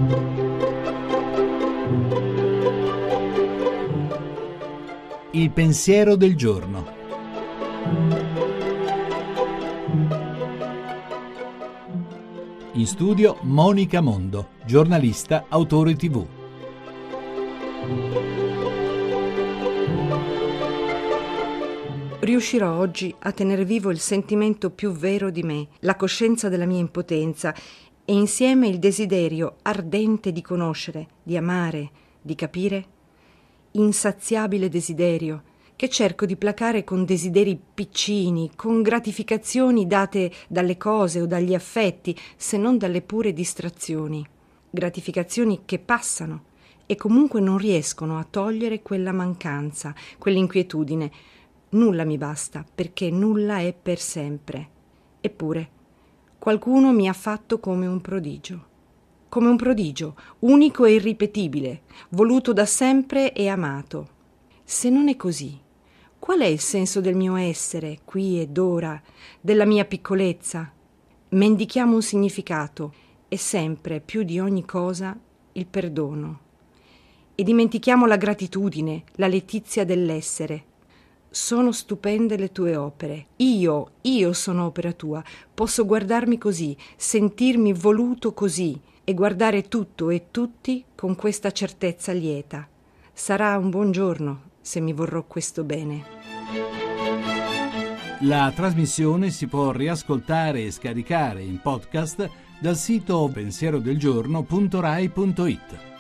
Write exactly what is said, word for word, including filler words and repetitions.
Il pensiero del giorno. In studio Monica Mondo, giornalista, autore tivù. Riuscirò oggi a tenere vivo il sentimento più vero di me, la coscienza della mia impotenza e insieme il desiderio ardente di conoscere, di amare, di capire? Insaziabile desiderio che cerco di placare con desideri piccini, con gratificazioni date dalle cose o dagli affetti, se non dalle pure distrazioni. Gratificazioni che passano e comunque non riescono a togliere quella mancanza, quell'inquietudine. Nulla mi basta, perché nulla è per sempre. Eppure, qualcuno mi ha fatto come un prodigio. Come un prodigio, unico e irripetibile, voluto da sempre e amato. Se non è così, qual è il senso del mio essere, qui ed ora, della mia piccolezza? Mendichiamo un significato e sempre, più di ogni cosa, il perdono. E dimentichiamo la gratitudine, la letizia dell'essere. Sono stupende le tue opere. Io, io sono opera tua. Posso guardarmi così, sentirmi voluto così e guardare tutto e tutti con questa certezza lieta. Sarà un buon giorno se mi vorrò questo bene. La trasmissione si può riascoltare e scaricare in podcast dal sito pensierodelgiorno punto rai punto it.